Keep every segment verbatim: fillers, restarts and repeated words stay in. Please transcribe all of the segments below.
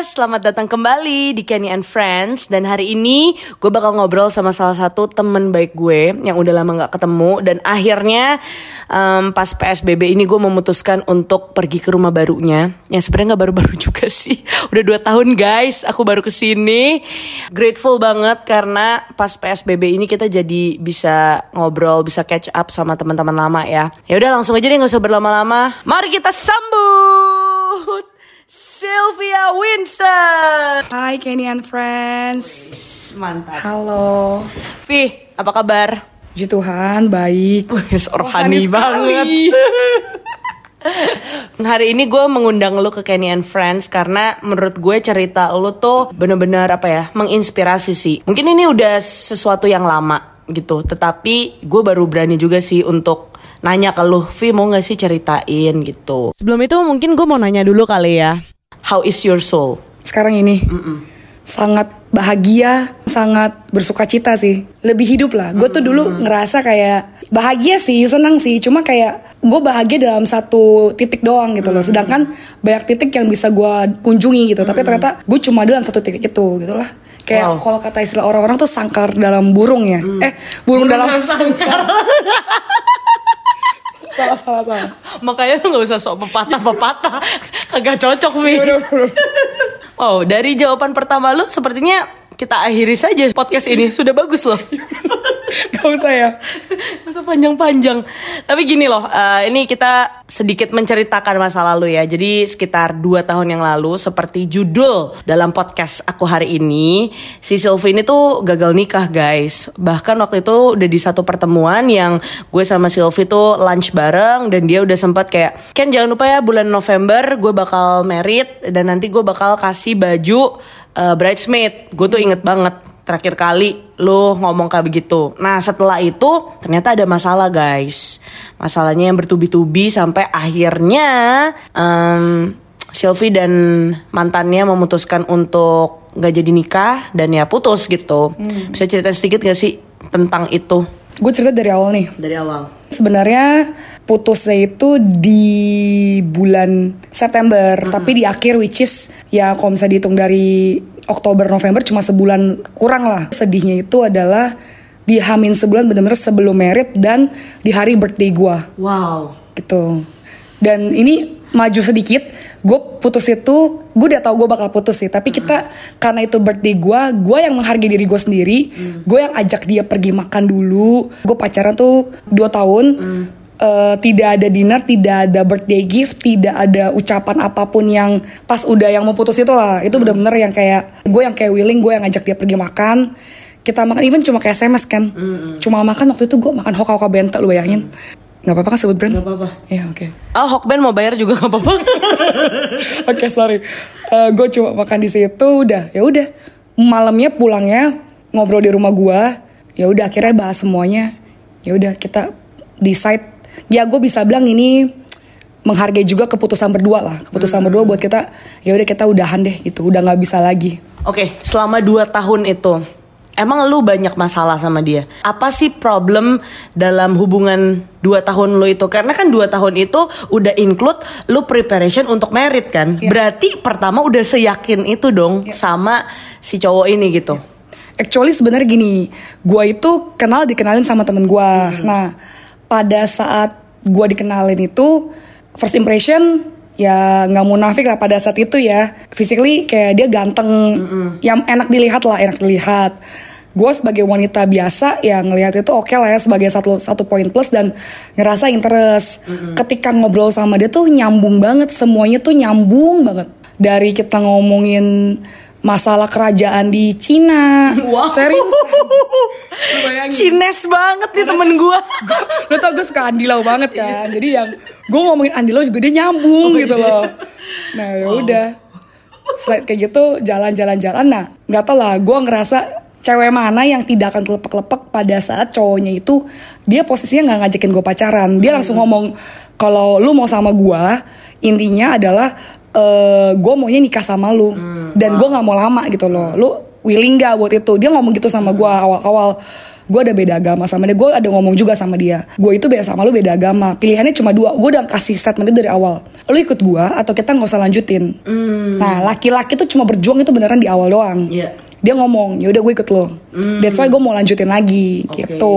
guys, selamat datang kembali di Kenny and Friends. Dan hari ini gue bakal ngobrol sama salah satu temen baik gue yang udah lama gak ketemu. Dan akhirnya um, pas P S B B ini gue memutuskan untuk pergi ke rumah barunya. Yang sebenarnya gak baru-baru juga sih. Udah dua tahun guys, aku baru kesini. Grateful banget karena pas P S B B ini kita jadi bisa ngobrol, bisa catch up sama teman-teman lama ya. Ya udah langsung aja deh, gak usah berlama-lama. Mari kita sambut Sylvia Winston. Hai Kenny and Friends. Mantap. Halo. Vi, apa kabar? Puji Tuhan, baik. Wih, rohani banget. Hari ini gue mengundang lu ke Kenny and Friends karena menurut gue cerita lu tuh bener-bener apa ya, menginspirasi sih. Mungkin ini udah sesuatu yang lama gitu, tetapi gue baru berani juga sih untuk nanya ke lu, Vi mau gak sih ceritain gitu. Sebelum itu mungkin gue mau nanya dulu kali ya, how is your soul? Sekarang ini Mm-mm. sangat bahagia, sangat bersuka cita sih. Lebih hidup lah. Gue tuh dulu ngerasa kayak bahagia sih, senang sih. Cuma kayak gue bahagia dalam satu titik doang gitu loh. Sedangkan banyak titik yang bisa gue kunjungi gitu. Tapi ternyata gue cuma dalam satu titik itu gitu lah. Kayak wow. Kalau kata istilah orang-orang tuh sangkar dalam burung ya. Mm. Eh burung, burung dalam sangkar. Salah, salah, salah. Makanya lu gak usah sok pepatah-pepatah. Kagak cocok, Vi. Oh, dari jawaban pertama lu sepertinya kita akhiri saja podcast ini. Sudah bagus loh. Gak usah ya. Gak usah panjang-panjang. Tapi gini loh, uh, ini kita sedikit menceritakan masa lalu ya. Jadi sekitar dua tahun yang lalu, seperti judul dalam podcast aku hari ini, si Sylvie ini tuh gagal nikah guys. Bahkan waktu itu udah di satu pertemuan yang gue sama Sylvie tuh lunch bareng. Dan dia udah sempat kayak, Ken jangan lupa ya bulan November gue bakal married. Dan nanti gue bakal kasih baju uh, bridesmaid. Gue tuh inget banget terakhir kali lo ngomong kayak begitu. Nah setelah itu ternyata ada masalah guys. Masalahnya yang bertubi-tubi sampai akhirnya um, Sylvie dan mantannya memutuskan untuk gak jadi nikah dan ya putus gitu. hmm. Bisa cerita sedikit gak sih tentang itu? Gue cerita dari awal nih. Dari awal. Sebenarnya putusnya itu di bulan September, mm-hmm. tapi di akhir, which is ya kalau misalnya dihitung dari Oktober November cuma sebulan kurang lah. Sedihnya itu adalah di Hamin sebulan benar-benar sebelum merit dan di hari birthday gue. Wow. Gitu. Dan ini maju sedikit, gue putus itu, gue udah tahu gue bakal putus sih. Tapi kita mm. karena itu birthday gue, gue yang menghargai diri gue sendiri, mm. gue yang ajak dia pergi makan dulu. Gue pacaran tuh dua tahun. Mm. Uh, tidak ada dinner, tidak ada birthday gift, tidak ada ucapan apapun yang pas udah yang mau putus itu lah. Itu benar-benar yang kayak gue yang kayak willing, gue yang ngajak dia pergi makan. Kita makan even cuma kayak S M S kan. Mm-hmm. Cuma makan waktu itu gue makan hoka-hoka bento, lu bayangin. Mm. Gak apa-apa kan sebut brand? Gak apa-apa. Ya oke. Okay. Oh Hokben mau bayar juga gak apa-apa. Oke okay, sorry. Uh, gue cuma makan di situ udah. Ya udah. Malamnya pulangnya ngobrol di rumah gue. Ya udah akhirnya bahas semuanya. Ya udah kita decide. Ya gue bisa bilang ini menghargai juga keputusan berdua lah. Keputusan hmm. berdua buat kita, ya udah kita udahan deh gitu. Udah gak bisa lagi. Oke, okay, selama dua tahun itu emang lu banyak masalah sama dia. Apa sih problem dalam hubungan dua tahun lu itu? Karena kan dua tahun itu udah include lu preparation untuk married kan. Yeah. Berarti pertama udah seyakin itu dong yeah. sama si cowok ini gitu. Yeah. Actually sebenarnya gini, gue itu kenal dikenalin sama temen gue. Hmm. Nah pada saat gue dikenalin itu first impression ya nggak munafik lah pada saat itu ya, physically kayak dia ganteng, mm-hmm. yang enak dilihat lah, enak dilihat. Gue sebagai wanita biasa yang ngelihat itu oke okay lah ya sebagai satu satu poin plus dan ngerasa interest. Mm-hmm. Ketika ngobrol sama dia tuh nyambung banget, semuanya tuh nyambung banget. Dari kita ngomongin masalah kerajaan di Cina. Wow. Serius. Cines banget nih temen gue. Lo tau gue suka Andilau banget kan. Jadi yang gue ngomongin Andilau juga dia nyambung oh, gitu iya. loh. Nah ya udah. Wow. Setelah kayak gitu jalan-jalan-jalan. Nah gak tau lah, gue ngerasa cewek mana yang tidak akan kelepek-kelepek pada saat cowoknya itu dia posisinya gak ngajakin gue pacaran. Dia hmm. langsung ngomong, kalau lu mau sama gue, intinya adalah Uh, gue maunya nikah sama lu hmm, dan wow. gue nggak mau lama gitu loh. Lu willing gak buat itu? Dia ngomong gitu sama gue awal-awal. gue ada beda agama sama dia. Gue ada ngomong juga sama dia, gue itu beda sama lu, beda agama, pilihannya cuma dua. Gue udah kasih statement itu dari awal, lu ikut gue atau kita nggak usah lanjutin. mm. Nah laki-laki tuh cuma berjuang itu beneran di awal doang. yeah. Dia ngomong ya udah gue ikut lo. mm. That's why gue mau lanjutin lagi. Okay. Gitu.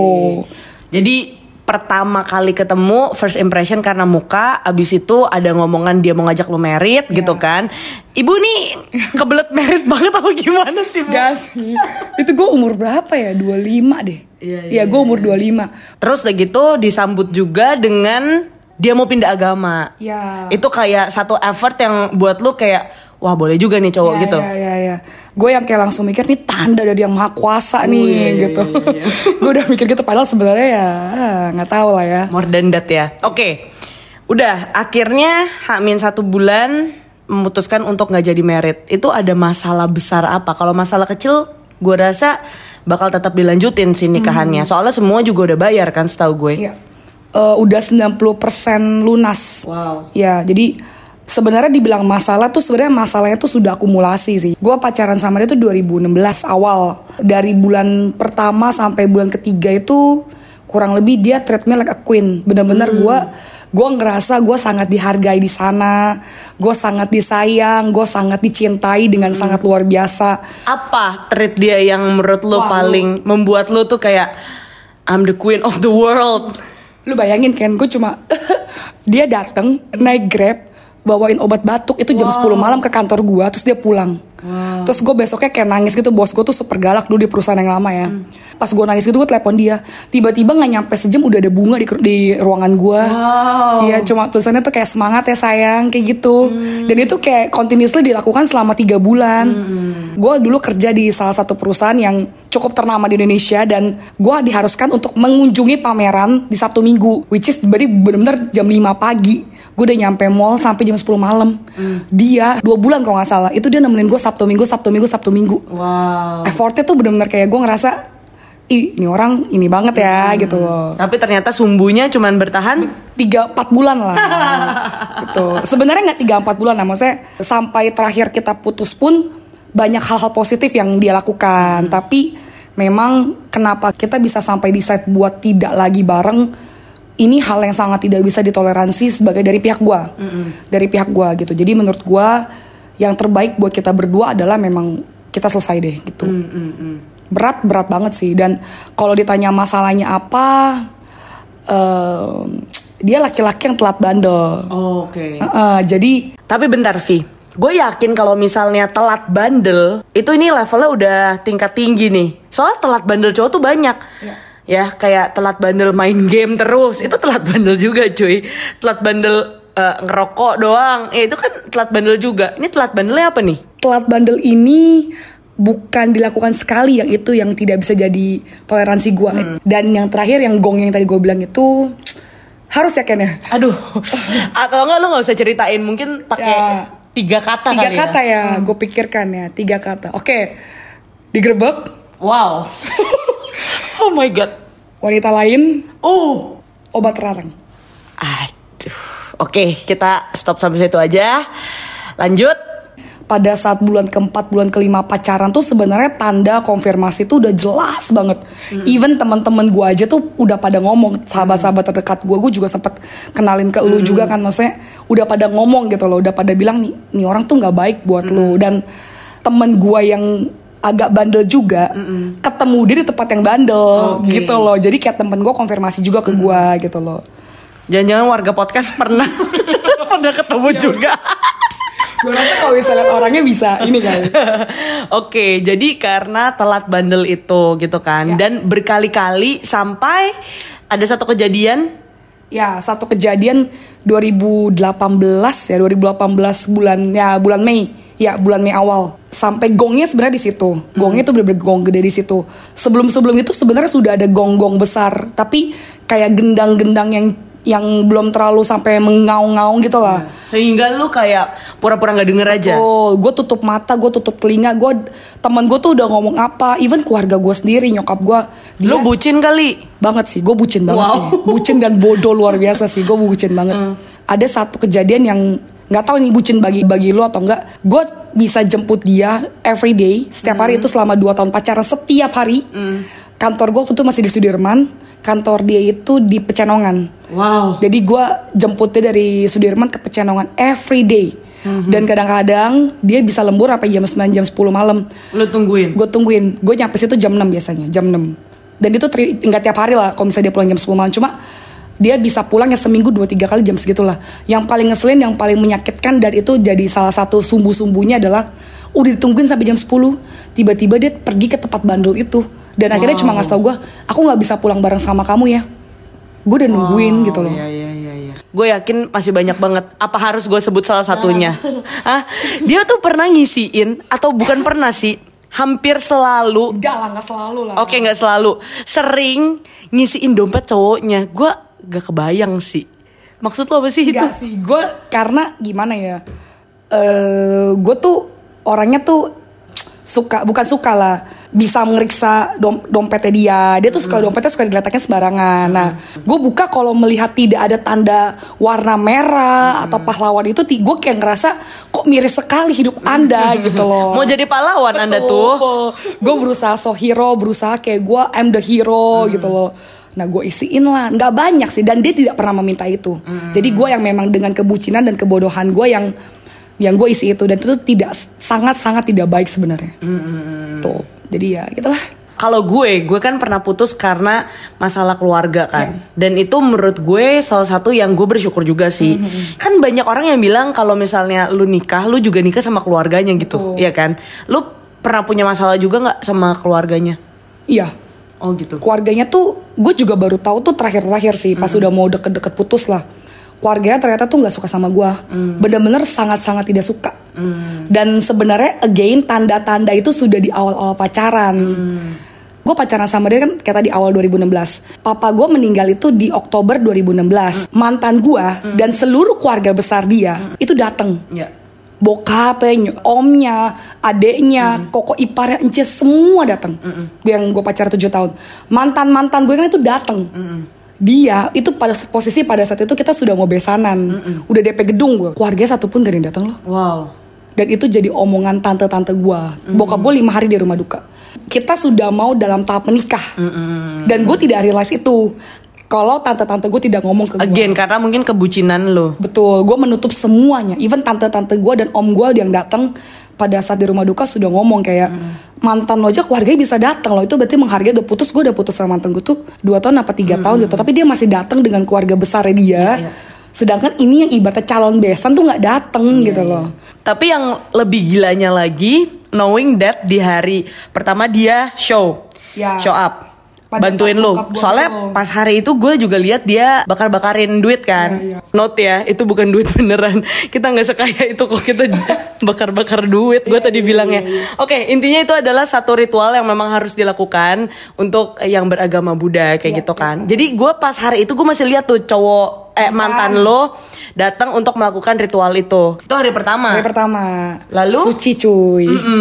Jadi pertama kali ketemu first impression karena muka, abis itu ada ngomongan dia mau ngajak lu merit. yeah. Gitu kan. Ibu nih kebelet merit banget apa gimana sih Bu? Gak sih, itu gue umur berapa ya, dua puluh lima deh. Iya yeah, yeah, gue umur dua puluh lima. Terus udah gitu disambut juga dengan dia mau pindah agama. yeah. Itu kayak satu effort yang buat lu kayak wah boleh juga nih cowok. yeah, gitu. Iya iya iya. Gue yang kayak langsung mikir nih tanda dari yang maha kuasa nih. oh, iya, gitu. Iya, iya, iya. Gue udah mikir gitu padahal sebenarnya ya nggak tahu lah ya. More than that ya. Oke, okay. Udah akhirnya H-min satu bulan memutuskan untuk nggak jadi merit. Itu ada masalah besar apa? Kalau masalah kecil, gue rasa bakal tetap dilanjutin sih nikahannya. Hmm. Soalnya semua juga udah bayar kan, setahu gue. Iya. Uh, udah sembilan puluh persen lunas. Wow. Ya jadi sebenarnya dibilang masalah tuh sebenarnya masalahnya tuh sudah akumulasi sih. Gue pacaran sama dia tuh dua ribu enam belas awal. Dari bulan pertama sampai bulan ketiga itu kurang lebih dia treat me like a queen. Bener-bener hmm. gue gue ngerasa gue sangat dihargai di sana. Gue sangat disayang, gue sangat dicintai dengan hmm. sangat luar biasa. Apa treat dia yang menurut lo Wah, paling lu. membuat lo tuh kayak I'm the queen of the world? Lu bayangin kan, gue cuma dia dateng naik Grab bawain obat batuk itu jam wow. sepuluh malam ke kantor gue, terus dia pulang. wow. Terus gue besoknya kayak nangis gitu. Bos gue tuh super galak dulu di perusahaan yang lama ya. hmm. Pas gue nangis gitu gue telepon dia, tiba-tiba gak nyampe sejam udah ada bunga di, di ruangan gue. Iya wow. Cuma tulisannya tuh kayak semangat ya sayang, kayak gitu. hmm. Dan itu kayak continuously dilakukan selama tiga bulan. hmm. Gue dulu kerja di salah satu perusahaan yang cukup ternama di Indonesia, dan gue diharuskan untuk mengunjungi pameran di Sabtu Minggu, which is berarti bener-bener jam lima pagi. Gue udah nyampe mall sampai jam sepuluh malam. hmm. Dia dua bulan kalau gak salah itu dia nemenin gue Sabtu Minggu, Sabtu Minggu, Sabtu Minggu. Wow. Effortnya tuh bener-bener kayak gue ngerasa ih ini orang ini banget ya. hmm. Gitu loh. Tapi ternyata sumbunya cuman bertahan tiga empat bulan lah. Gitu. Sebenarnya gak tiga empat bulan lah, maksudnya sampai terakhir kita putus pun banyak hal-hal positif yang dia lakukan. hmm. Tapi memang kenapa kita bisa sampai decide buat tidak lagi bareng, ini hal yang sangat tidak bisa ditoleransi sebagai dari pihak gue. mm-hmm. Dari pihak gue gitu. Jadi menurut gue yang terbaik buat kita berdua adalah memang kita selesai deh gitu. mm-hmm. Berat, berat banget sih. Dan kalau ditanya masalahnya apa, uh, dia laki-laki yang telat bandel. oh, Oke okay. uh, uh, Jadi tapi bentar Vi, gue yakin kalau misalnya telat bandel itu ini levelnya udah tingkat tinggi nih. Soalnya telat bandel cowok tuh banyak. yeah. Ya kayak telat bandel main game terus, itu telat bandel juga cuy. Telat bandel uh, ngerokok doang, ya itu kan telat bandel juga. Ini telat bandelnya apa nih? Telat bandel ini bukan dilakukan sekali, yang itu yang tidak bisa jadi toleransi gue. hmm. Dan yang terakhir yang gong yang tadi gue bilang itu harus ya Ken ya. Aduh. Atau enggak lu nggak usah ceritain, mungkin pakai ya, tiga kata tiga kali kata ya, ya. hmm. Gue pikirkan ya tiga kata. Oke, digerebek. Wow. Oh my god. Wanita lain. Oh. Obat terlarang. Aduh. Oke, kita stop sampai situ aja. Lanjut. Pada saat bulan keempat, bulan kelima pacaran tuh sebenarnya tanda konfirmasi tuh udah jelas banget. Mm-hmm. Even teman-teman gue aja tuh udah pada ngomong, sahabat-sahabat terdekat gue, gue juga sempet kenalin ke lu mm-hmm. juga kan, maksudnya udah pada ngomong gitu loh, udah pada bilang nih, nih orang tuh nggak baik buat mm-hmm. lu. Dan temen gue yang agak bandel juga, mm-mm. ketemu dia di tempat yang bandel, okay. gitu loh. Jadi kayak temen gue konfirmasi juga ke gue, mm. gitu loh. Jangan-jangan warga podcast pernah pernah ketemu ya, juga. Gue rasa kalau bisa lihat orangnya bisa ini kali. Oke, jadi karena telat bandel itu gitu kan, ya. Dan berkali-kali sampai ada satu kejadian. Ya, satu kejadian dua ribu delapan belas ya, dua ribu delapan belas bulan ya bulan Mei. Ya bulan Mei awal. Sampai gongnya sebenarnya di situ. Gongnya hmm. tuh bener-bener gong gede di situ. Sebelum-sebelum itu sebenarnya sudah ada gong-gong besar, tapi kayak gendang-gendang yang yang belum terlalu sampai mengaung-ngaung gitu lah. Sehingga lu kayak pura-pura nggak denger aja. Oh, gue tutup mata, gue tutup telinga. Gue teman gue tuh udah ngomong apa. Even keluarga gue sendiri, nyokap gue. Lu bucin kali? Banget sih, gue bucin banget wow. sih. Bucin dan bodoh luar biasa sih. Gue bucin banget. Hmm. Ada satu kejadian yang nggak tahu nih bucin bagi bagi lo atau enggak. Gue bisa jemput dia every day setiap hari mm. itu selama dua tahun pacaran setiap hari. Mm. kantor gue waktu itu masih di Sudirman, kantor dia itu di Pecenongan. Wow. Jadi gue jemputnya dari Sudirman ke Pecenongan every day. Mm-hmm. Dan kadang-kadang dia bisa lembur sampai jam sembilan, jam sepuluh malam. Lu tungguin? Gue tungguin. Gue nyampe situ jam enam biasanya, jam enam. Dan itu tri- gak tiap hari lah kalau misalnya dia pulang jam sepuluh malam. Cuma dia bisa pulang ya seminggu dua tiga kali jam segitulah. Yang paling ngeselin, yang paling menyakitkan, dan itu jadi salah satu sumbu-sumbunya adalah udah ditungguin sampai jam sepuluh, tiba-tiba dia pergi ke tempat bandel itu. Dan wow. akhirnya cuma ngasih tau gue, aku gak bisa pulang bareng sama kamu ya. Gue udah nungguin wow, gitu loh. Iya, iya, iya, iya. Gue yakin masih banyak banget. Apa harus gue sebut salah satunya? Hah? Dia tuh pernah ngisiin, atau bukan pernah sih, hampir selalu. Enggak lah, gak selalu lah. Oke, gak selalu. Sering ngisiin dompet cowoknya. Gue gak kebayang sih. Maksud lo apa sih itu? Gak sih, gue karena gimana ya, uh, gue tuh orangnya tuh suka, bukan suka lah, bisa meriksa dom, dompetnya dia. Dia tuh suka, dompetnya suka diletaknya sembarangan. Nah, gue buka kalau melihat tidak ada tanda warna merah atau pahlawan itu, gue kayak ngerasa kok miris sekali hidup anda gitu loh. Mau jadi pahlawan anda tuh? Gue berusaha so hero, berusaha kayak gue I'm the hero hmm. gitu loh. Nah gue isiin lah, nggak banyak sih, dan dia tidak pernah meminta itu. Hmm. Jadi gue yang memang dengan kebucinan dan kebodohan gue yang yang gue isi itu, dan itu tidak sangat-sangat tidak baik sebenarnya. Mm-hmm. Tuh, jadi ya gitulah. Kalau gue, gue kan pernah putus karena masalah keluarga kan, yeah. dan itu menurut gue salah satu yang gue bersyukur juga sih. Mm-hmm. Kan banyak orang yang bilang kalau misalnya lu nikah, lu juga nikah sama keluarganya gitu, iya kan? Lu pernah punya masalah juga nggak sama keluarganya? Iya. Oh gitu. Keluarganya tuh, gue juga baru tahu tuh terakhir-terakhir sih, pas mm-hmm. udah mau deket-deket putus lah. Keluarganya ternyata tuh nggak suka sama gue, mm. bener-bener sangat-sangat tidak suka. Mm. Dan sebenarnya again tanda-tanda itu sudah di awal-awal pacaran. Mm. Gue pacaran sama dia kan kayak tadi awal dua ribu enam belas. Papa gue meninggal itu di Oktober dua ribu enam belas. Mm. Mantan gue mm. dan seluruh keluarga besar dia mm. itu datang. Yeah. Bokapnya, omnya, adeknya, mm. koko iparnya, ence semua datang. Mm-mm. Yang gue pacaran tujuh tahun. Mantan-mantan gue kan itu datang. Mm-mm. Dia itu pada posisi pada saat itu kita sudah mau besanan, Mm-mm. udah D P gedung gue, keluarga satu pun gak ada yang datang loh. Wow. Dan itu jadi omongan tante-tante gue. Mm-mm. Bokap gue lima hari di rumah duka. Kita sudah mau dalam tahap menikah, Mm-mm. dan gue tidak realize itu. Kalau tante-tante gue tidak ngomong ke gue. Again, karena mungkin kebucinan lo. Betul, gue menutup semuanya. Even tante-tante gue dan om gue yang datang pada saat di rumah duka sudah ngomong kayak hmm. mantan lo aja keluarganya bisa datang loh, itu berarti menghargai. Udah putus, gue udah putus sama mantan gue tuh dua tahun apa tiga hmm. tahun gitu, tapi dia masih datang dengan keluarga besarnya dia. Yeah, yeah. Sedangkan ini yang ibaratnya calon besan tuh nggak datang yeah, gitu yeah. loh. Tapi yang lebih gilanya lagi, knowing that di hari pertama dia show, yeah. show up. Pada bantuin lo, soalnya pas hari itu gue juga lihat dia bakar-bakarin duit kan, ya, ya. Note ya, itu bukan duit beneran, kita nggak sekaya itu kok, kita bakar-bakar duit, gue ya, tadi ya, bilangnya. Ya, ya. Oke, intinya itu adalah satu ritual yang memang harus dilakukan untuk yang beragama Buddha kayak ya, gitu kan. Ya. Jadi gue pas hari itu gue masih lihat tuh cowok eh mantan lo datang untuk melakukan ritual itu. Itu hari pertama. Hari pertama. Lalu suci cuy.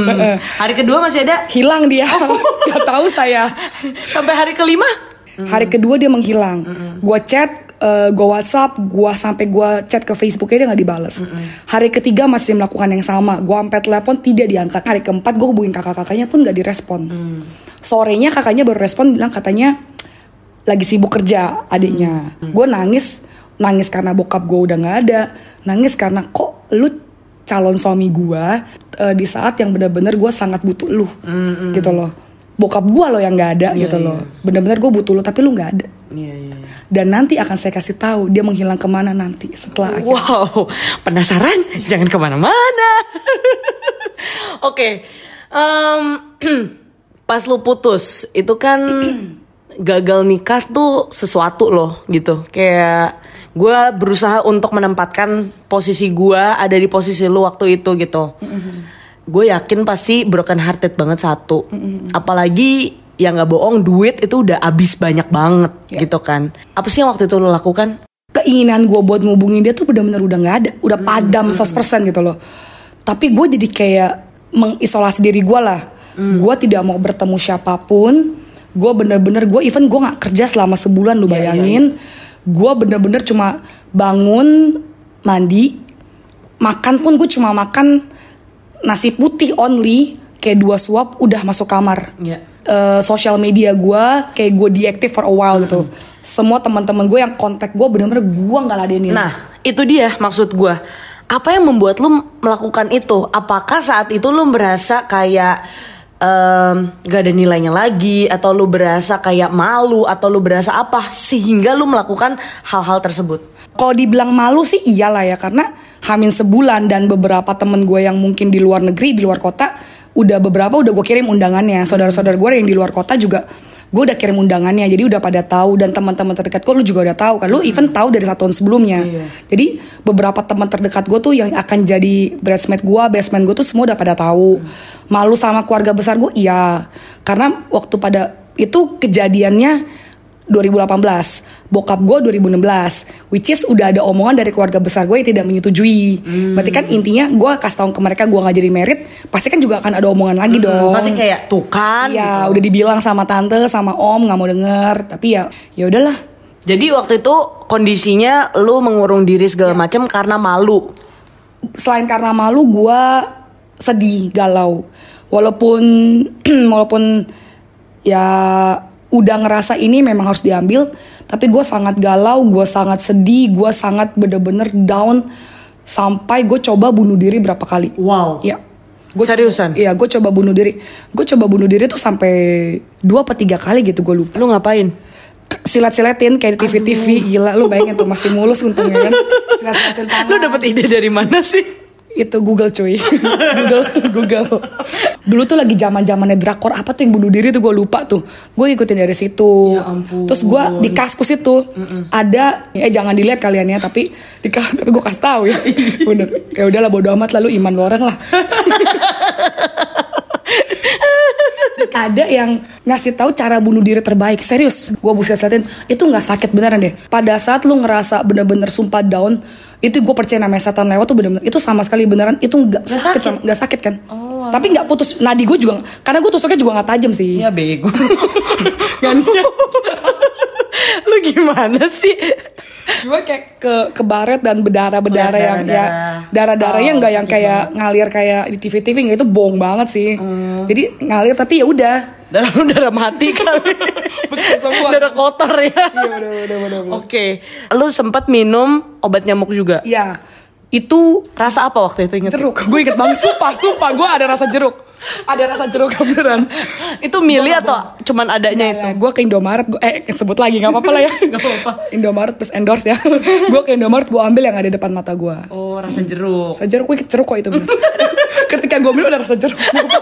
Hari kedua masih ada? Hilang dia. Gak tahu saya. Sampai hari kelima? Hari kedua dia menghilang. Mm-hmm. Gue chat, uh, gue WhatsApp, gue sampai gue chat ke Facebooknya dia nggak dibales. Mm-hmm. Hari ketiga masih melakukan yang sama. Gue sampai telepon tidak diangkat. Hari keempat gue hubungin kakak-kakaknya pun nggak direspon. Mm. Sorenya kakaknya baru respon bilang katanya lagi sibuk kerja adiknya. Mm. Gue nangis. Nangis karena bokap gue udah gak ada. Nangis karena kok lu calon suami gue uh, di saat yang benar-benar gue sangat butuh lu, mm-hmm. gitu loh. Bokap gue lo yang gak ada, yeah, gitu yeah. loh. Benar-benar gue butuh lu tapi lu gak ada. Yeah, yeah. Dan nanti akan saya kasih tahu dia menghilang kemana nanti setelah akhir. Wow, penasaran? Jangan kemana-mana. Oke, okay. um, pas lu putus itu kan gagal nikah tuh sesuatu loh gitu. Kayak gue berusaha untuk menempatkan posisi gue ada di posisi lu waktu itu gitu. Mm-hmm. Gue yakin pasti broken hearted banget satu. Mm-hmm. Apalagi ya nggak bohong, duit itu udah abis banyak banget, yeah. gitu kan. Apa sih yang waktu itu lo lakukan? Keinginan gue buat ngubungin dia tuh benar-benar udah nggak ada, udah padam mm-hmm. seratus persen gitu loh. Tapi gue jadi kayak mengisolasi diri gue lah. Mm. Gue tidak mau bertemu siapapun. Gue bener-bener, gue even gue gak kerja selama sebulan, lu bayangin. Yeah, yeah, yeah. Gue bener-bener cuma bangun, mandi, makan pun gue cuma makan nasi putih only, kayak dua suap udah masuk kamar. Yeah. uh, sosial media gue kayak gue deactive for a while gitu. Hmm. Semua teman-teman gue yang kontak gue benar-benar gue nggak ladenin. Nah itu dia maksud gue. Apa yang membuat lu melakukan itu? Apakah saat itu lu merasa kayak um, gak ada nilainya lagi, atau lu berasa kayak malu, atau lu berasa apa sehingga lu melakukan hal-hal tersebut? Kalau dibilang malu sih iyalah ya, karena hamin sebulan dan beberapa temen gue yang mungkin di luar negeri, di luar kota, udah beberapa udah gue kirim undangannya. Saudara-saudara gue yang di luar kota juga gue udah kirim undangannya, jadi udah pada tahu. Dan teman-teman terdekat gue lu juga udah tahu kan, lu even tahu dari satu tahun sebelumnya. Iya. Jadi beberapa teman terdekat gue tuh yang akan jadi bridesmaid gue, bestman gue tuh semua udah pada tahu. Hmm. Malu sama keluarga besar gue, iya, karena waktu pada itu kejadiannya dua ribu delapan belas, bokap gue dua ribu enam belas, which is udah ada omongan dari keluarga besar gue yang tidak menyetujui. Hmm. Berarti kan intinya gue kasih tahu ke mereka gue nggak jadi merit, pasti kan juga akan ada omongan lagi hmm, dong. Pasti kayak tuh kan. Ya gitu. Udah dibilang sama tante, sama om nggak mau denger, tapi ya ya udahlah. Jadi waktu itu kondisinya lu mengurung diri segala ya. macam karena malu. Selain karena malu, gue sedih, galau. Walaupun walaupun ya udah ngerasa ini memang harus diambil, tapi gue sangat galau, gue sangat sedih, gue sangat bener-bener down, sampai gue coba bunuh diri berapa kali. Wow. Ya. Gua Seriusan? Coba, iya, gue coba bunuh diri. Gue coba bunuh diri tuh sampai dua atau tiga kali gitu, gue lupa. Lu ngapain? Silat-silatin kayak di T V-T V. Gila, lu bayangin tuh masih mulus untungnya kan. Silat-silatin tangan. Lu dapet ide dari mana sih? Itu Google cuy. Google Google. Dulu tuh lagi zaman-zamannya drakor apa tuh yang bunuh diri tuh, gue lupa tuh. Gue ikutin dari situ. Ya ampun. Terus gue di Kaskus itu Mm-mm. ada, eh jangan dilihat kalian ya, tapi di, tapi gue kasih tahu ya. Bener. Ya udahlah bodo amat, lalu iman lo orang lah. Ada yang ngasih tahu cara bunuh diri terbaik. Serius, gue buset-busetin, itu nggak sakit beneran deh. Pada saat lu ngerasa bener-bener sumpah down, itu gue percaya namanya setan lewat tuh bener-bener. Itu sama sekali beneran, itu nggak sakit, sakit. Nggak sakit kan? Oh, tapi nggak putus nadi gue juga, karena gue tusuknya juga nggak tajam sih. Ya bego. Lu gimana sih? Cuma kayak ke ke baret dan berdarah-berdarah yang ya darah-darahnya nggak oh, yang kayak banget. Ngalir kayak di T V-T V, nggak, itu bohong banget sih. Hmm. Jadi ngalir tapi ya udah. Darah lu darah mati kali. Betul semua. Darah kotor ya. Iya benar benar benar. Oke, lu sempat minum obat nyamuk juga? Iya. Itu rasa apa waktu itu, inget? Jeruk. Gue inget banget, sumpah, sumpah gue ada rasa jeruk. Ada rasa jeruk beneran. Itu milih atau cuman adanya nah, itu? Gue ke Indomaret, gue eh sebut lagi nggak apa-apa lah ya. Nggak apa-apa. Indomaret plus endorse ya. Gue ke Indomaret, gue ambil yang ada depan mata gue. Oh, rasa jeruk. Rasa jeruk, gue inget jeruk kok itu bener. Ketika gue ambil ada rasa jeruk.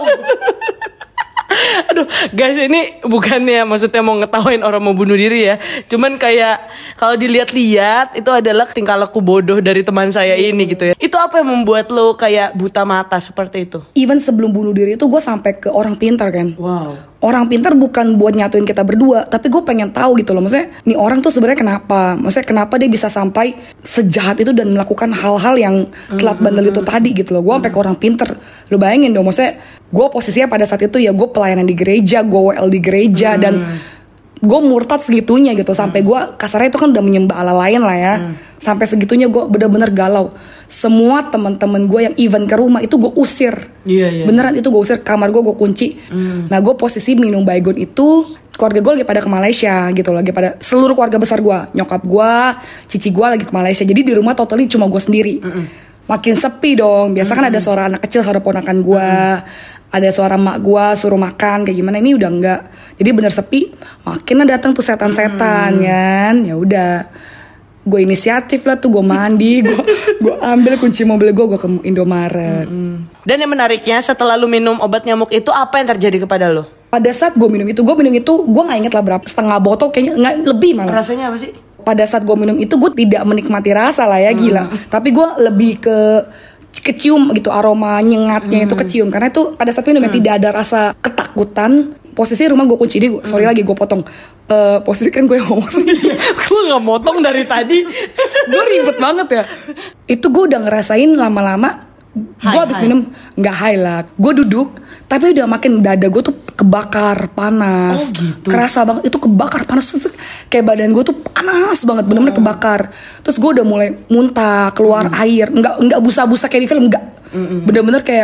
Aduh guys, ini bukannya maksudnya mau ngetawain orang mau bunuh diri ya, cuman kayak kalau dilihat-lihat itu adalah tingkah laku bodoh dari teman saya ini gitu ya. Itu apa yang membuat lo kayak buta mata seperti itu? Even sebelum bunuh diri itu gue sampai ke orang pintar kan. Wow. Orang pintar bukan buat nyatuin kita berdua, tapi gue pengen tahu gitu loh, maksudnya nih orang tuh sebenarnya kenapa, maksudnya kenapa dia bisa sampai sejahat itu dan melakukan hal-hal yang telat mm-hmm. bandel itu tadi gitu loh. Gue sampai mm-hmm. ke orang pintar, lo bayangin dong, maksudnya gue posisinya pada saat itu ya gue pelayanan di gereja, gue W L di gereja mm-hmm. dan gue murtad segitunya gitu, sampai gue kasarnya itu kan udah menyembah Allah lain lah ya. Mm. Sampai segitunya gue bener-bener galau. Semua teman-teman gue yang event ke rumah itu gue usir. Iya, iya. Beneran itu gue usir, kamar gue gue kunci. Mm. Nah gue posisi minum Baygon itu, keluarga gue lagi pada ke Malaysia gitu, lagi pada seluruh keluarga besar gue, nyokap gue, cici gue lagi ke Malaysia. Jadi di rumah totally cuma gue sendiri. Mm-mm. Makin sepi dong. Biasa kan mm-mm. ada suara anak kecil, suara ponakan gue. Mm-mm. Ada suara mak gue suruh makan kayak gimana, ini udah enggak. Jadi bener sepi, makin datang tuh setan-setan hmm. kan. Ya udah, gue inisiatif lah tuh, gue mandi, gue gue ambil kunci mobil gue, gue ke Indomaret. Hmm. Dan yang menariknya setelah lu minum obat nyamuk itu, apa yang terjadi kepada lu? Pada saat gue minum itu, gue minum itu, gue nggak inget lah berapa, setengah botol kayaknya, nggak lebih malah. Rasanya apa sih? Pada saat gue minum itu, gue tidak menikmati rasa lah ya, gila. Hmm. Tapi gue lebih ke kecium gitu, aroma nyengatnya hmm. itu kecium, karena itu pada saat minum hmm. tidak ada rasa ketakutan. Posisi rumah gue kunci, ini sorry hmm. lagi gue potong uh, posisi kan gue yang ngomong sendiri. Gue nggak motong dari tadi. Gue ribet banget ya. Itu gue udah ngerasain lama-lama. Gue abis high. minum nggak high lah, gue duduk tapi udah makin dada gue tuh kebakar panas. Oh gitu. Kerasa banget itu kebakar panas, kayak badan gue tuh panas banget, bener-bener oh. kebakar. Terus gue udah mulai muntah, keluar mm. air, nggak nggak busa-busa kayak di film, nggak, mm-hmm. bener-bener kayak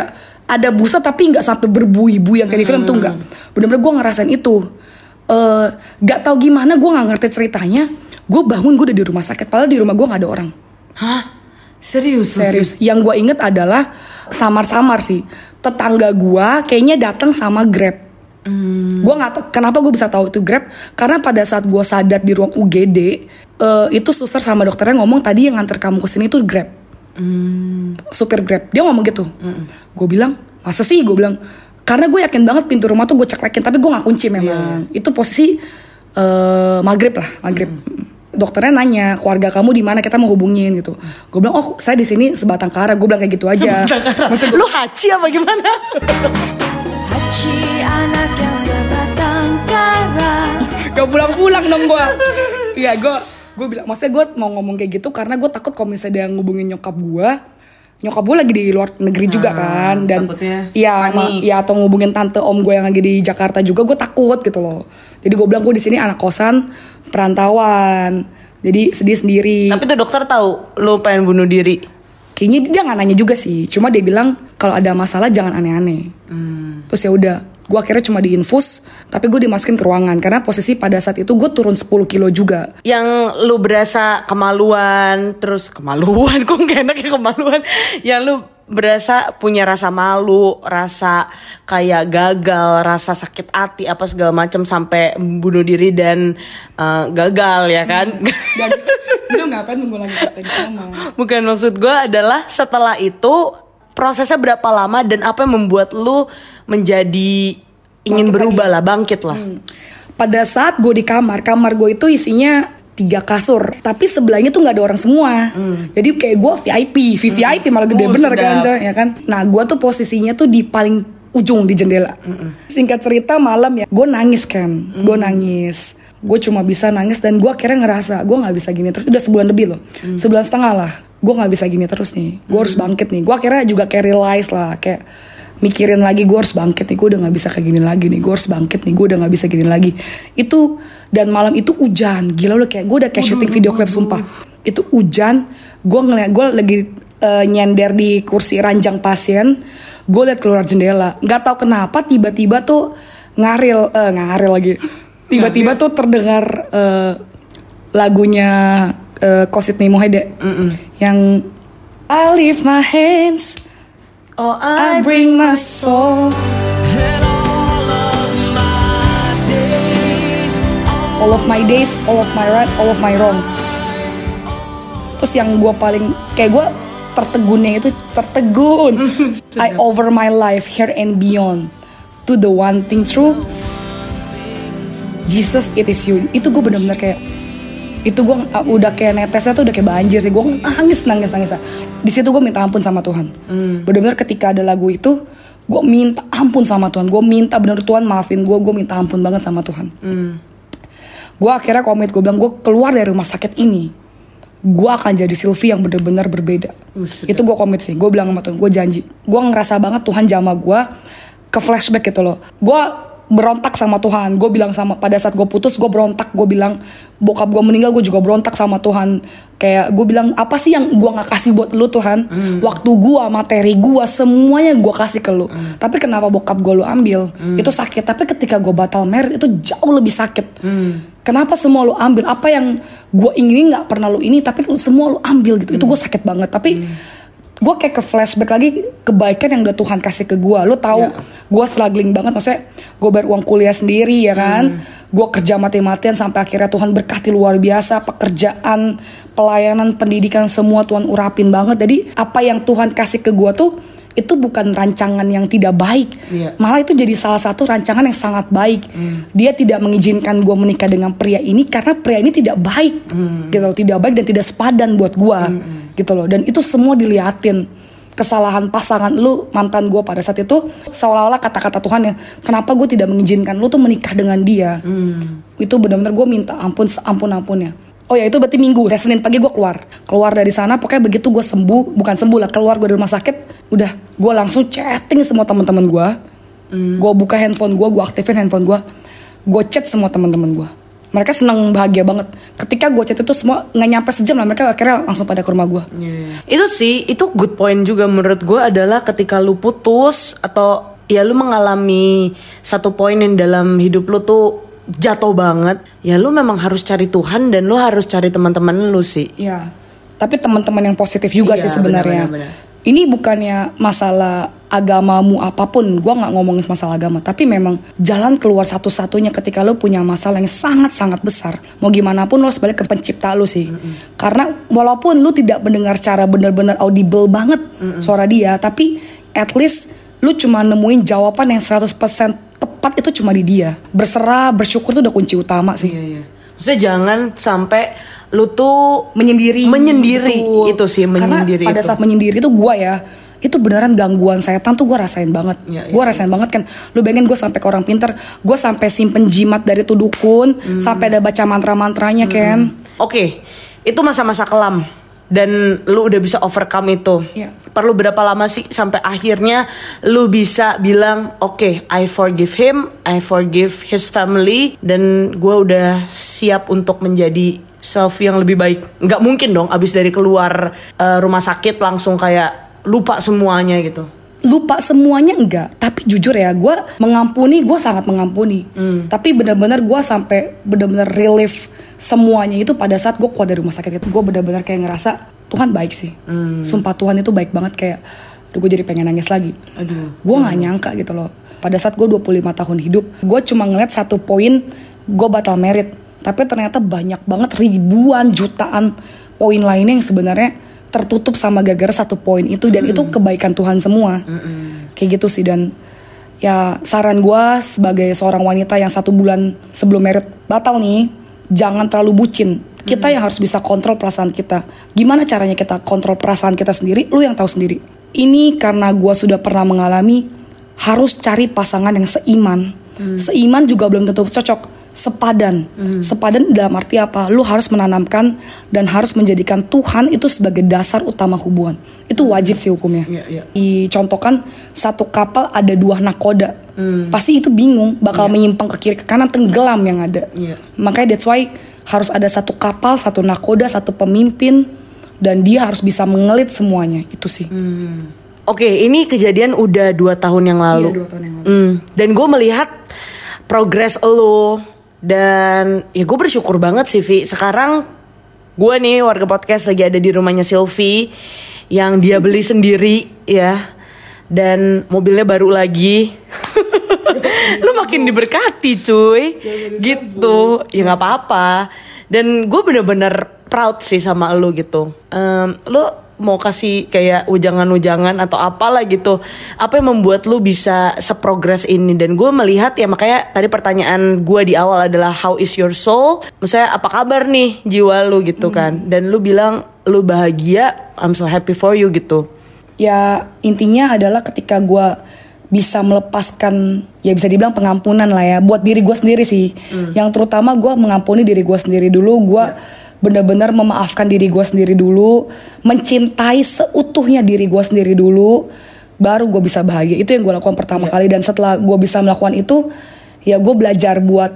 ada busa tapi nggak sampai berbuih-buih yang kayak di film tuh nggak. Bener-bener gue ngerasain itu. Uh, gak tahu gimana, gue nggak ngerti ceritanya. Gue bangun, gue udah di rumah sakit. Padahal di rumah gue nggak ada orang. Hah? Serius? Serius. Yang gue inget adalah samar-samar sih. Tetangga gue kayaknya datang sama Grab. Hmm. Gue nggak tahu kenapa gue bisa tahu itu Grab. Karena pada saat gue sadar di ruang U G D, uh, itu suster sama dokternya ngomong tadi yang nganter kamu kesini itu Grab. Hmm. Supir Grab. Dia ngomong gitu. Hmm. Gue bilang, masa sih? Gue bilang. Karena gue yakin banget pintu rumah tuh gue ceklekin, tapi gue gak kunci memang. Yeah. Itu posisi uh, maghrib lah, maghrib. Mm. Dokternya nanya, keluarga kamu di mana, kita mau hubungin gitu. Mm. Gue bilang, oh saya di sini sebatang kara. Gue bilang kayak gitu aja. Maksud lu haji apa gimana? Haji anak yang sebatang kara. Gak pulang-pulang dong gue. Iya gue, gue bilang, maksudnya gue mau ngomong kayak gitu karena gue takut kalau misalnya dia ngubungin nyokap gue. Nyokap gue lagi di luar negeri nah, juga kan. Dan ya, ma, ya atau ngubungin tante om gue yang lagi di Jakarta juga, gue takut gitu loh. Jadi gue bilang gue di sini anak kosan perantauan, jadi sedih sendiri. Tapi tuh dokter tahu lu pengen bunuh diri? Kayaknya dia nggak nanya juga sih. Cuma dia bilang kalau ada masalah jangan aneh-aneh. Hmm. Terus ya udah, gue akhirnya cuma diinfus, tapi gue dimasukin ke ruangan karena posisi pada saat itu gue turun sepuluh kilo juga. Yang lu berasa kemaluan, terus kemaluan, kok gak enak ya kemaluan. Yang lu berasa punya rasa malu, rasa kayak gagal, rasa sakit hati apa segala macam sampai bunuh diri dan uh, gagal ya kan. Dan lu ngapain mengulangi kata yang sama? Bukan, maksud gue adalah setelah itu prosesnya berapa lama dan apa yang membuat lu menjadi ingin bangkit berubah lagi lah, bangkit lah. Hmm. Pada saat gue di kamar, kamar gue itu isinya tiga kasur, tapi sebelahnya tuh nggak ada orang semua. Hmm. Jadi kayak gue V I P, V V I P hmm. malah gede oh, bener sedap. Kan, ya kan. Nah gue tuh posisinya tuh di paling ujung di jendela. Hmm. Singkat cerita malam ya, gue nangis kan, hmm. gue nangis. Gue cuma bisa nangis dan gue akhirnya ngerasa gue nggak bisa gini terus. Udah sebulan lebih loh, hmm. sebulan setengah lah. Gue nggak bisa gini terus nih. Gue hmm. harus bangkit nih. Gue akhirnya juga kayak realize lah, kayak mikirin lagi gue harus bangkit nih. Gue udah nggak bisa kayak gini lagi nih. Gue harus bangkit nih. Gue udah nggak bisa gini lagi. Itu dan malam itu hujan. Gila udah kayak gue udah kayak syuting video klip sumpah. Itu hujan. Gue ngeliat gue lagi uh, nyender di kursi ranjang pasien. Gue liat keluar jendela. Nggak tahu kenapa tiba-tiba tuh ngaril, uh, ngaril lagi. Tiba-tiba tuh terdengar uh, lagunya uh, Kosit Mohede yang I lift my hands, oh I, I bring my soul, and all of my days, all of my days, all of my right, all of my wrong. Terus yang gue paling kayak gue tertegunnya itu tertegun, I over my life here and beyond to the one thing true. Jesus, it is you. Itu gue bener-bener kayak, itu gue uh, udah kayak netesnya tuh udah kayak banjir sih. Gue nangis, nangis, nangis. Di situ gue minta ampun sama Tuhan. Mm. Bener-bener ketika ada lagu itu, gue minta ampun sama Tuhan. Gue minta bener Tuhan maafin gue. Gue minta ampun banget sama Tuhan. Mm. Gue akhirnya komit, gue bilang gue keluar dari rumah sakit ini, gue akan jadi Sylvie yang bener-bener berbeda. Usdah. Itu gue komit sih. Gue bilang sama Tuhan, gue janji. Gue ngerasa banget Tuhan jama gue ke flashback gitu loh. Gue berontak sama Tuhan. Gue bilang sama, pada saat gue putus gue berontak. Gue bilang bokap gue meninggal, gue juga berontak sama Tuhan. Kayak gue bilang apa sih yang gue gak kasih buat lu Tuhan. mm. Waktu gue, materi gue, semuanya gue kasih ke lu. mm. Tapi kenapa bokap gue lu ambil? mm. Itu sakit. Tapi ketika gue batal married itu jauh lebih sakit. mm. Kenapa semua lu ambil? Apa yang gue inginin gak pernah lu ini, tapi semua lu ambil gitu. mm. Itu gue sakit banget. Tapi mm. gue kayak ke flashback lagi kebaikan yang udah Tuhan kasih ke gue. Lo tahu, yeah. gue struggling banget. Maksudnya gue bayar uang kuliah sendiri ya kan. hmm. Gue kerja mati-matian sampai akhirnya Tuhan berkati luar biasa. Pekerjaan, pelayanan, pendidikan, semua Tuhan urapin banget. Jadi apa yang Tuhan kasih ke gue tuh, itu bukan rancangan yang tidak baik. yeah. Malah itu jadi salah satu rancangan yang sangat baik. hmm. Dia tidak mengizinkan gue menikah dengan pria ini karena pria ini tidak baik. hmm. Gitu, tidak baik dan tidak sepadan buat gue. hmm. Gitu loh. Dan itu semua diliatin. Kesalahan pasangan lu, mantan gue pada saat itu, seolah-olah kata-kata Tuhan yang kenapa gue tidak mengizinkan lu tuh menikah dengan dia. hmm. Itu benar-benar gue minta ampun seampun-ampunnya. Oh ya, itu berarti Minggu, Senin pagi gue keluar Keluar dari sana, pokoknya begitu gue sembuh, bukan sembuh lah, keluar gue dari rumah sakit, udah gue langsung chatting semua teman-teman gue. hmm. Gue buka handphone gue, gue aktifin handphone gue, gue chat semua teman-teman gue. mereka seneng bahagia banget. Ketika gue chat itu semua nggak nyampe sejam lah, mereka akhirnya langsung pada ke rumah gue. Yeah. Itu sih, itu good point juga menurut gue adalah ketika lu putus atau ya lu mengalami satu poin yang dalam hidup lu tuh jatuh banget, ya lu memang harus cari Tuhan dan lu harus cari teman-teman lu sih. Iya. Tapi teman-teman yang positif juga iya, sih sebenarnya. Ini bukannya masalah agamamu apapun, gue nggak ngomongin masalah agama, tapi memang jalan keluar satu-satunya ketika lo punya masalah yang sangat-sangat besar. Mau gimana pun lo harus balik ke pencipta lo sih. Mm-hmm. Karena walaupun lo tidak mendengar secara benar-benar audible banget mm-hmm. suara dia, tapi at least lo cuma nemuin jawaban yang seratus persen tepat itu cuma di dia. Berserah, bersyukur itu udah kunci utama sih. Iya, iya. Maksudnya jangan sampai lu tuh menyendiri. Menyendiri betul. Itu sih menyendiri. Karena pada itu. saat menyendiri itu gue ya, itu beneran gangguan setan tuh gue rasain banget. Ya, gue ya, rasain ya. banget kan. Lu bayangin gue sampai ke orang pinter, gue sampai simpen jimat dari tuh dukun, hmm. sampai ada baca mantra-mantranya hmm. kan. Oke, okay. Itu masa-masa kelam dan lu udah bisa overcome itu. Ya. Perlu berapa lama sih sampai akhirnya lu bisa bilang oke, okay, I forgive him, I forgive his family, dan gue udah siap untuk menjadi self yang lebih baik. Nggak mungkin dong abis dari keluar uh, rumah sakit langsung kayak lupa semuanya gitu. Lupa semuanya enggak, tapi jujur ya, gue mengampuni, gue sangat mengampuni. Hmm. Tapi benar-benar gue sampai benar-benar relief semuanya itu pada saat gue keluar dari rumah sakit itu. Gue benar-benar kayak ngerasa Tuhan baik sih. Hmm. Sumpah Tuhan itu baik banget, kayak aduh gue jadi pengen nangis lagi. Aduh. Gue nggak nyangka gitu loh. Pada saat gue dua puluh lima tahun hidup, gue cuma ngeliat satu poin, gue batal merit. Tapi ternyata banyak banget, ribuan, jutaan poin lainnya yang sebenarnya tertutup sama gara-gara satu poin itu. Dan mm-hmm. itu kebaikan Tuhan semua. Mm-hmm. Kayak gitu sih. Dan ya saran gue sebagai seorang wanita yang satu bulan sebelum merit batal nih, jangan terlalu bucin. Kita mm-hmm. yang harus bisa kontrol perasaan kita. Gimana caranya kita kontrol perasaan kita sendiri? Lu yang tahu sendiri. Ini karena gue sudah pernah mengalami, harus cari pasangan yang seiman. Mm. Seiman juga belum tentu cocok. Sepadan, hmm. sepadan dalam arti apa? Lu harus menanamkan dan harus menjadikan Tuhan itu sebagai dasar utama hubungan. Itu wajib sih hukumnya. Yeah, yeah. Dicontohkan satu kapal ada dua nakoda, hmm. pasti itu bingung, bakal yeah. menyimpang ke kiri ke kanan, tenggelam yang ada. Yeah. Makanya that's why harus ada satu kapal, satu nakoda, satu pemimpin, dan dia harus bisa mengelit semuanya. Itu sih. Hmm. Oke, okay, ini kejadian udah dua tahun yang lalu. Iya, dua tahun yang lalu. Hmm. Dan gue melihat progres lo. Dan ya gue bersyukur banget sih Vi. Sekarang gue nih warga podcast lagi ada di rumahnya Sylvie yang dia beli sendiri ya. Dan mobilnya baru lagi. Lu makin diberkati cuy. Gitu. Ya gak apa-apa. Dan gue bener-bener proud sih sama lu gitu. um, Lu mau kasih kayak ujangan-ujangan atau apalah gitu, apa yang membuat lu bisa seprogres ini? Dan gue melihat ya, makanya tadi pertanyaan gue di awal adalah how is your soul, maksudnya apa kabar nih jiwa lu gitu kan. Dan lu bilang lu bahagia, I'm so happy for you gitu. Ya intinya adalah ketika gue bisa melepaskan, ya bisa dibilang pengampunan lah ya, buat diri gue sendiri sih. hmm. Yang terutama gue mengampuni diri gue sendiri dulu. Gue ya. benar-benar memaafkan diri gue sendiri dulu, mencintai seutuhnya diri gue sendiri dulu, baru gue bisa bahagia. Itu yang gue lakukan pertama yeah. kali. Dan setelah gue bisa melakukan itu, ya gue belajar buat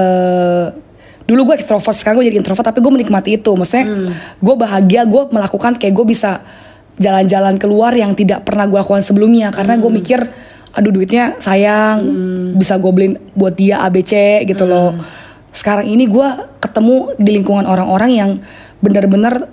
uh, dulu gue ekstrovert, sekarang gue jadi introvert, tapi gue menikmati itu. Maksudnya hmm. gue bahagia, gue melakukan kayak gue bisa jalan-jalan keluar yang tidak pernah gue lakukan sebelumnya. Karena gue mikir, aduh duitnya sayang, hmm. bisa gue beliin buat dia A B C gitu hmm. loh. Sekarang ini gue ketemu di lingkungan orang-orang yang benar-benar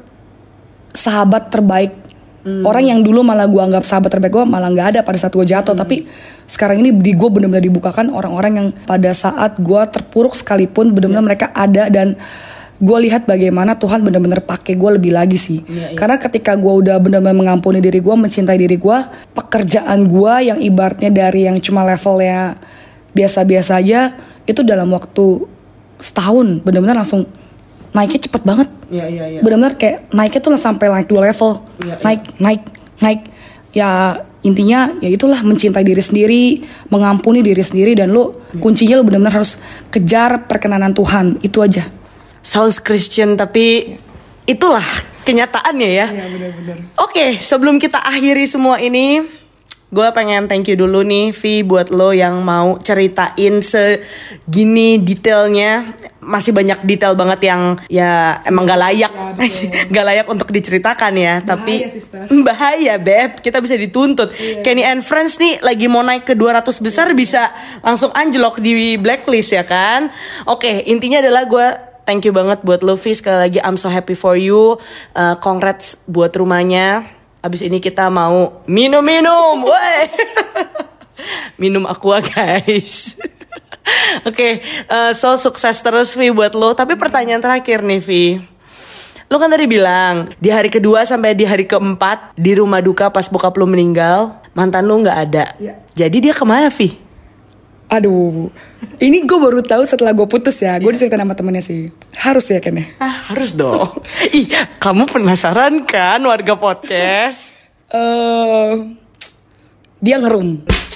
sahabat terbaik. Hmm. Orang yang dulu malah gue anggap sahabat terbaik gue malah gak ada pada saat gue jatuh. Hmm. Tapi sekarang ini di gue benar-benar dibukakan orang-orang yang pada saat gue terpuruk sekalipun benar-benar yeah. mereka ada. Dan gue lihat bagaimana Tuhan benar-benar pakai gue lebih lagi sih. Yeah, yeah. Karena ketika gue udah benar-benar mengampuni diri gue, mencintai diri gue, pekerjaan gue yang ibaratnya dari yang cuma levelnya biasa-biasa aja, itu dalam waktu setahun benar-benar langsung naiknya cepet banget. Iya iya iya. Benar-benar kayak naiknya tuh sampai naik dua level. Ya, naik ya. naik naik. Ya intinya ya itulah, mencintai diri sendiri, mengampuni diri sendiri, dan lo ya. kuncinya lo benar-benar harus kejar perkenanan Tuhan. Itu aja. Sounds Christian tapi itulah kenyataannya ya. Iya benar-benar. Oke, sebelum kita akhiri semua ini, gue pengen thank you dulu nih Vi buat lo yang mau ceritain segini detailnya masih banyak detail banget yang ya emang gak layak, ya, gak layak untuk diceritakan ya. Bahaya, tapi sister. bahaya beb, kita bisa dituntut. Iya. Kenny and Friends nih lagi mau naik ke dua ratus besar, iya. bisa langsung anjlok di blacklist ya kan. Oke, intinya adalah gue thank you banget buat Luffy, sekali lagi I'm so happy for you. uh, Congrats buat rumahnya. Abis ini kita mau minum-minum, woi. Minum aqua guys. Oke, okay, uh, so sukses terus Vi buat lo. Tapi pertanyaan terakhir nih Vi, lo kan tadi bilang di hari kedua sampai di hari keempat di rumah duka pas bokap lo meninggal, mantan lo nggak ada. Ya. Jadi dia kemana Vi? Aduh, ini gue baru tahu setelah gue putus ya. Gue diceritain sama temennya sih. Harus ya Ken ya? Ah, harus dong. Ih, kamu penasaran kan warga podcast? uh, Dia ngerum.